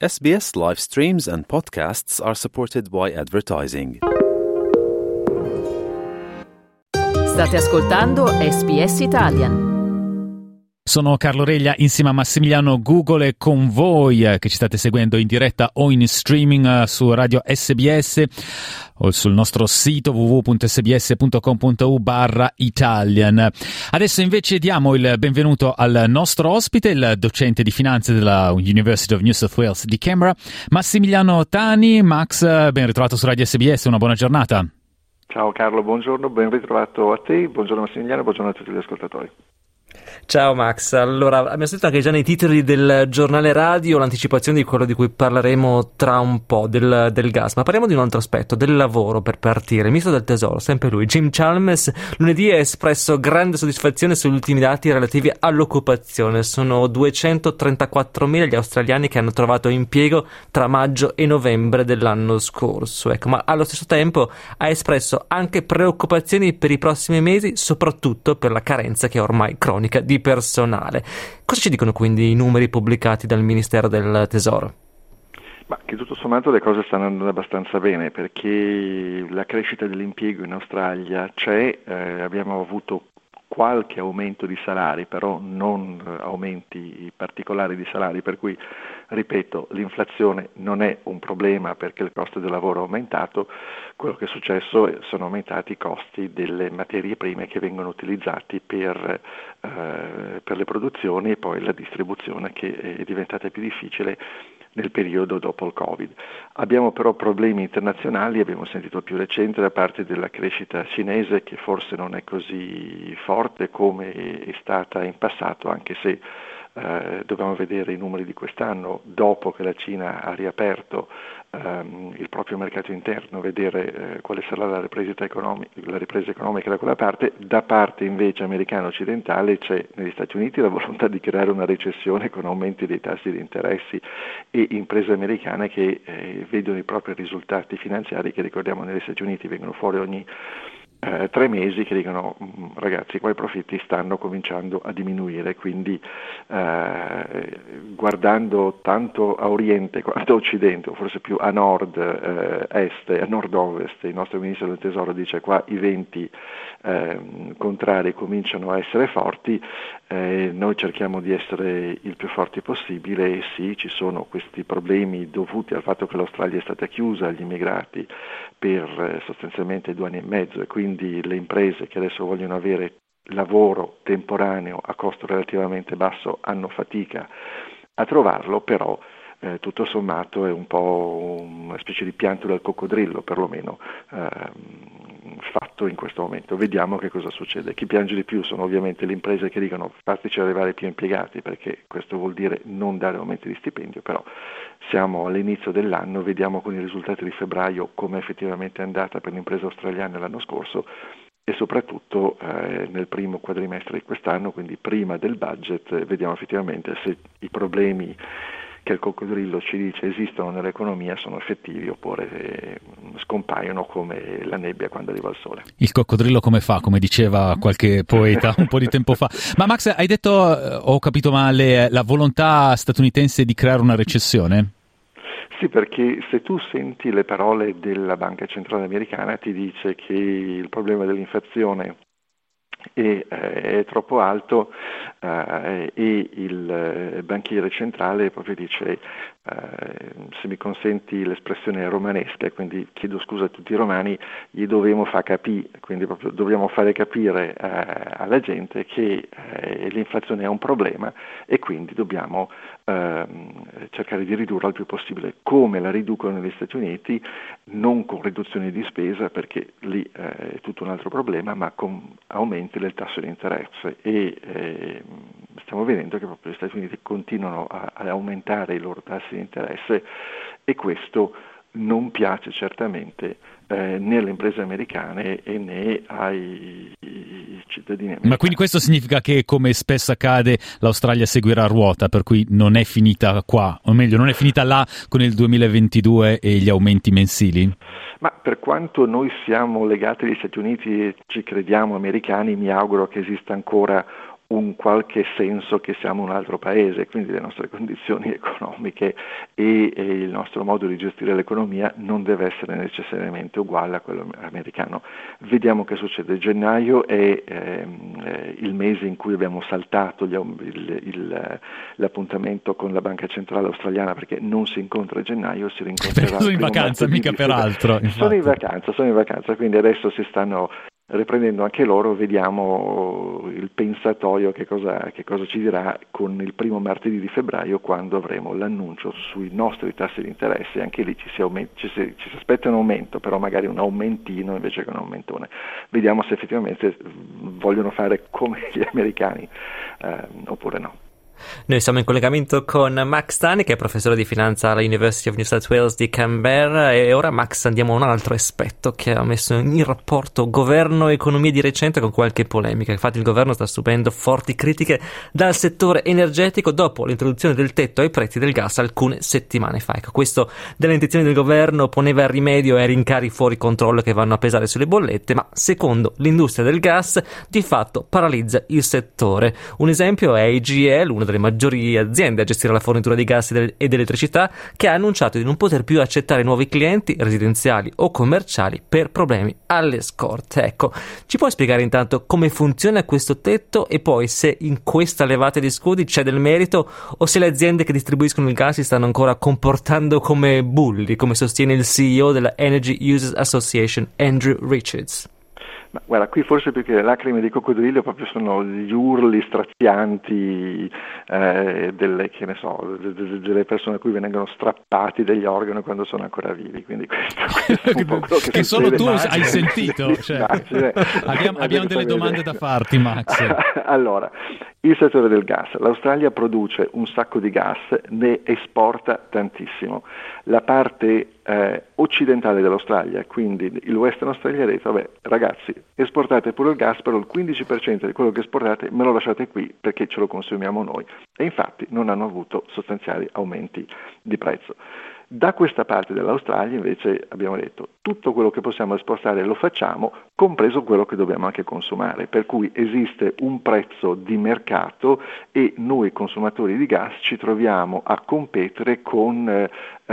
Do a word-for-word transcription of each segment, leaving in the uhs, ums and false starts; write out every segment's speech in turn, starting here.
S B S live streams and podcasts are supported by advertising. State ascoltando S B S Italian. Sono Carlo Reglia insieme a Massimiliano Google e con voi eh, che ci state seguendo in diretta o in streaming eh, su Radio S B S o sul nostro sito w w w punto s b s punto com punto u barra Italian. Adesso invece diamo il benvenuto al nostro ospite, il docente di finanze della University of New South Wales di Canberra, Massimiliano Tani. Max, ben ritrovato su Radio S B S, una buona giornata. Ciao Carlo, buongiorno, ben ritrovato a te, buongiorno Massimiliano, buongiorno a tutti gli ascoltatori. Ciao Max, allora abbiamo sentito anche già nei titoli del giornale radio l'anticipazione di quello di cui parleremo tra un po', del, del gas, ma parliamo di un altro aspetto, del lavoro per partire. Il ministro del tesoro, sempre lui, Jim Chalmers, lunedì ha espresso grande soddisfazione sugli ultimi dati relativi all'occupazione. Sono duecentotrentaquattromila gli australiani che hanno trovato impiego tra maggio e novembre dell'anno scorso, ecco, ma allo stesso tempo ha espresso anche preoccupazioni per i prossimi mesi, soprattutto per la carenza che è ormai cronica di personale. Cosa ci dicono quindi i numeri pubblicati dal Ministero del Tesoro? Ma che tutto sommato le cose stanno andando abbastanza bene, perché la crescita dell'impiego in Australia c'è, eh, abbiamo avuto qualche aumento di salari, però non aumenti particolari di salari, per cui, ripeto, l'inflazione non è un problema perché il costo del lavoro è aumentato. Quello che è successo è, sono aumentati i costi delle materie prime che vengono utilizzati per, eh, per le produzioni e poi la distribuzione, che è diventata più difficile nel periodo dopo il Covid. Abbiamo però problemi internazionali, abbiamo sentito più recente da parte della crescita cinese, che forse non è così forte come è stata in passato, anche se eh, dobbiamo vedere i numeri di quest'anno, dopo che la Cina ha riaperto ehm, il proprio mercato interno, vedere eh, quale sarà la ripresa economica, la ripresa economica da quella parte. Da parte invece americano-occidentale c'è negli Stati Uniti la volontà di creare una recessione con aumenti dei tassi di interessi e imprese americane che eh, vedono i propri risultati finanziari, che ricordiamo negli Stati Uniti vengono fuori ogni eh, tre mesi, che dicono ragazzi qua i profitti stanno cominciando a diminuire, quindi eh, guardando tanto a oriente quanto a occidente, o forse più a nord, eh, est e a nord-ovest, il nostro ministro del tesoro dice qua i venti eh, contrari cominciano a essere forti. Eh, noi cerchiamo di essere il più forti possibile e sì, ci sono questi problemi dovuti al fatto che l'Australia è stata chiusa agli immigrati per eh, sostanzialmente due anni e mezzo, e quindi le imprese che adesso vogliono avere lavoro temporaneo a costo relativamente basso hanno fatica a trovarlo, però eh, tutto sommato è un po' una specie di pianto del coccodrillo, perlomeno ehm, fatto in questo momento. Vediamo che cosa succede. Chi piange di più sono ovviamente le imprese che dicono fateci arrivare più impiegati, perché questo vuol dire non dare aumenti di stipendio, però siamo all'inizio dell'anno, vediamo con i risultati di febbraio come effettivamente è andata per le imprese australiane l'anno scorso e soprattutto eh, nel primo quadrimestre di quest'anno, quindi prima del budget, vediamo effettivamente se i problemi che il coccodrillo ci dice esistono nell'economia sono effettivi oppure eh, scompaiono come la nebbia quando arriva il sole. Il coccodrillo come fa, come diceva qualche poeta un po' di tempo fa. Ma Max, hai detto, ho capito male, la volontà statunitense di creare una recessione? Sì, perché se tu senti le parole della Banca Centrale Americana ti dice che il problema dell'inflazione E, eh, è troppo alto eh, e il eh, banchiere centrale proprio dice eh, se mi consenti l'espressione romanesca, quindi chiedo scusa a tutti i romani, gli dobbiamo far capire, quindi proprio dobbiamo fare capire eh, alla gente che eh, l'inflazione è un problema e quindi dobbiamo eh, cercare di ridurla il più possibile. Come la riducono negli Stati Uniti? Non con riduzioni di spesa, perché lì eh, è tutto un altro problema, ma con aumenti del tasso di interesse e eh, stiamo vedendo che proprio gli Stati Uniti continuano a, a aumentare i loro tassi di interesse e questo non piace certamente eh, né alle imprese americane e né ai cittadini americani. Ma quindi questo significa che, come spesso accade, l'Australia seguirà a ruota, per cui non è finita qua, o meglio non è finita là con il duemilaventidue e gli aumenti mensili? Ma per quanto noi siamo legati agli Stati Uniti e ci crediamo americani, mi auguro che esista ancora un qualche senso che siamo un altro paese, quindi le nostre condizioni economiche e, e il nostro modo di gestire l'economia non deve essere necessariamente uguale a quello americano. Vediamo che succede. Gennaio è ehm, il mese in cui abbiamo saltato gli, il, il, l'appuntamento con la Banca Centrale Australiana, perché non si incontra a gennaio, si rincontrerà. Sono in vacanza, mica per altro. Sono in vacanza, sono in vacanza, quindi adesso si stanno riprendendo anche loro, vediamo il pensatoio che cosa, che cosa ci dirà con il primo martedì di febbraio, quando avremo l'annuncio sui nostri tassi di interesse. Anche lì ci si, aument- ci, si, ci si aspetta un aumento, però magari un aumentino invece che un aumentone. Vediamo se effettivamente vogliono fare come gli americani eh, oppure no. Noi siamo in collegamento con Max Tani, che è professore di finanza alla University of New South Wales di Canberra, e ora, Max, andiamo a un altro aspetto che ha messo in rapporto governo e economia di recente con qualche polemica. Infatti il governo sta subendo forti critiche dal settore energetico dopo l'introduzione del tetto ai prezzi del gas alcune settimane fa. Ecco, questo delle intenzioni del governo poneva rimedio ai rincari fuori controllo che vanno a pesare sulle bollette, ma secondo l'industria del gas di fatto paralizza il settore. Un esempio è A G L, una delle maggiori aziende a gestire la fornitura di gas ed elettricità, che ha annunciato di non poter più accettare nuovi clienti residenziali o commerciali per problemi alle scorte. Ecco, ci puoi spiegare intanto come funziona questo tetto e poi se in questa levata di scudi c'è del merito o se le aziende che distribuiscono il gas si stanno ancora comportando come bulli, come sostiene il C E O della Energy Users Association, Andrew Richards? Ma guarda, qui forse più che le lacrime di coccodrillo proprio sono gli urli strazianti eh, delle, che ne so, delle persone a cui vengono strappati degli organi quando sono ancora vivi. Quindi questo, questo è un po' quello che, che solo tu immagine. hai sentito. Cioè, abbiamo abbiamo delle domande da farti, Max. Allora, il settore del gas. L'Australia produce un sacco di gas, ne esporta tantissimo. La parte eh, occidentale dell'Australia, quindi il Western Australia, ha detto, vabbè ragazzi, esportate pure il gas, però il quindici per cento di quello che esportate me lo lasciate qui perché ce lo consumiamo noi. E infatti non hanno avuto sostanziali aumenti di prezzo. Da questa parte dell'Australia invece abbiamo detto tutto quello che possiamo esportare lo facciamo, compreso quello che dobbiamo anche consumare, per cui esiste un prezzo di mercato e noi consumatori di gas ci troviamo a competere con eh,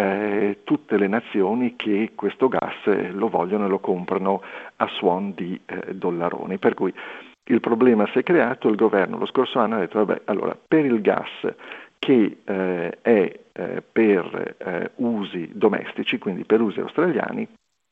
eh, tutte le nazioni che questo gas eh, lo vogliono e lo comprano a suon di eh, dollaroni, per cui il problema si è creato. Il governo lo scorso anno ha detto vabbè, allora per il gas che eh, è eh, per eh, usi domestici, quindi per usi australiani,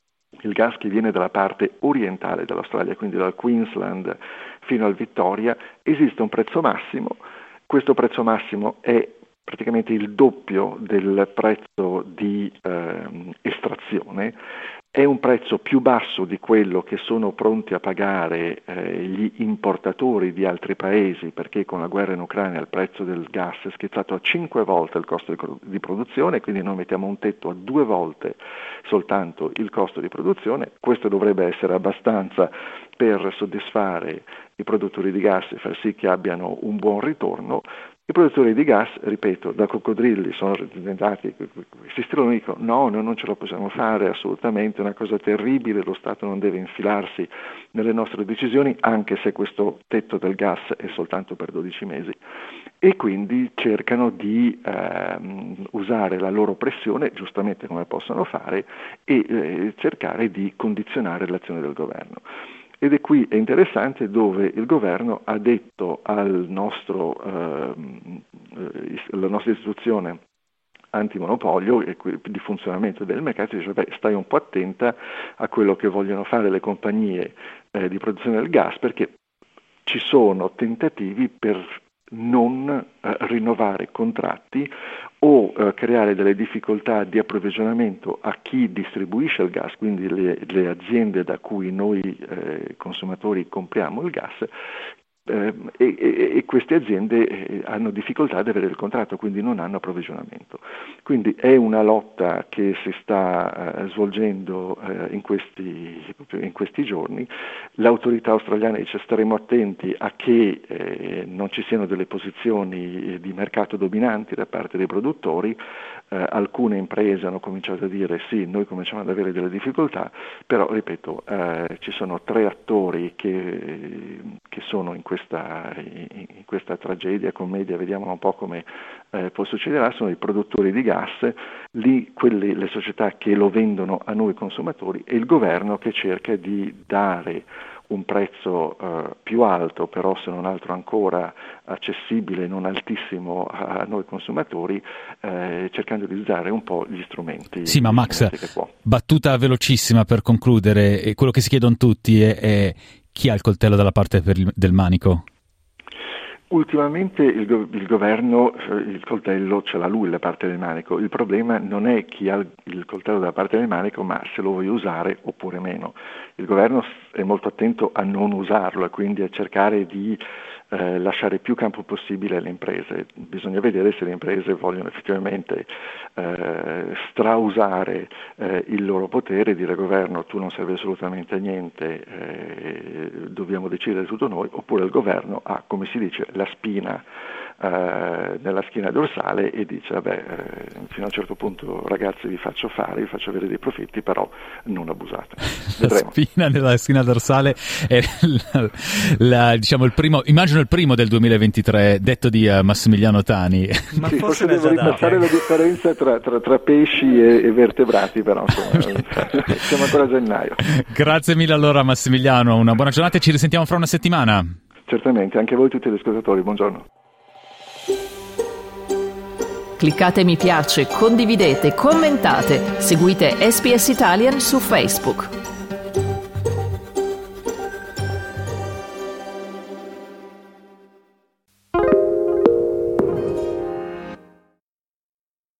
il gas che viene dalla parte orientale dell'Australia, quindi dal Queensland fino al Victoria, esiste un prezzo massimo. Questo prezzo massimo è praticamente il doppio del prezzo di eh, estrazione. È un prezzo più basso di quello che sono pronti a pagare eh, gli importatori di altri paesi, perché con la guerra in Ucraina il prezzo del gas è schizzato a cinque volte il costo di, di produzione, quindi noi mettiamo un tetto a due volte soltanto il costo di produzione. Questo dovrebbe essere abbastanza per soddisfare i produttori di gas e far sì che abbiano un buon ritorno. I produttori di gas, ripeto, da coccodrilli sono diventati, si stirano e dicono no, noi non ce la possiamo fare, assolutamente, è una cosa terribile, lo Stato non deve infilarsi nelle nostre decisioni, anche se questo tetto del gas è soltanto per dodici mesi. E quindi cercano di ehm, usare la loro pressione, giustamente come possono fare, e eh, cercare di condizionare l'azione del governo. Ed è qui è interessante dove il governo ha detto al nostro, ehm, la nostra istituzione antimonopolio e di funzionamento del mercato, dice beh, stai un po' attenta a quello che vogliono fare le compagnie eh, di produzione del gas, perché ci sono tentativi per non eh, rinnovare contratti o eh, creare delle difficoltà di approvvigionamento a chi distribuisce il gas, quindi le, le aziende da cui noi eh, consumatori compriamo il gas, eh, e, e, e queste aziende eh, hanno difficoltà ad avere il contratto, quindi non hanno approvvigionamento. Quindi è una lotta che si sta eh, svolgendo eh, in, questi, in questi giorni. L'autorità australiana dice staremo attenti a che eh, non ci siano delle posizioni di mercato dominanti da parte dei produttori. eh, alcune imprese hanno cominciato a dire sì, noi cominciamo ad avere delle difficoltà, però ripeto, eh, ci sono tre attori che, che sono in questa, in questa tragedia, commedia, vediamo un po' come eh, poi succederà, sono i produttori di gas, lì quelle, le società che lo vendono a noi consumatori e il governo che cerca di dare un prezzo eh, più alto, però se non altro ancora accessibile, non altissimo a noi consumatori, eh, cercando di usare un po' gli strumenti. Sì, ma Max, battuta velocissima per concludere, e quello che si chiedono tutti è, è chi ha il coltello dalla parte per il, del manico? Ultimamente il, go- il governo il coltello ce l'ha lui la parte del manico, il problema non è chi ha il, il coltello dalla parte del manico, ma se lo vuoi usare oppure meno. Il governo è molto attento a non usarlo e quindi a cercare di eh, lasciare più campo possibile alle imprese. Bisogna vedere se le imprese vogliono effettivamente eh, strausare eh, il loro potere e dire al governo tu non serve assolutamente a niente, eh, dobbiamo decidere tutto noi, oppure il governo ha, come si dice, la spina eh, nella schiena dorsale e dice vabbè eh, fino a un certo punto ragazzi vi faccio fare, vi faccio avere dei profitti, però non abusate. La Vedremo. spina nella schiena dorsale è la, la, diciamo il primo, immagino il primo del duemilaventitré, detto di uh, Massimiliano Tani. Ma sì, forse forse devo ripassare la differenza tra, tra, tra pesci e, e vertebrati, però insomma siamo ancora a gennaio. Grazie mille allora Massimiliano, una buona giornata e ci risentiamo fra una settimana. Certamente, anche a voi tutti gli ascoltatori, buongiorno. Cliccate mi piace, condividete, commentate, seguite S B S Italian su Facebook.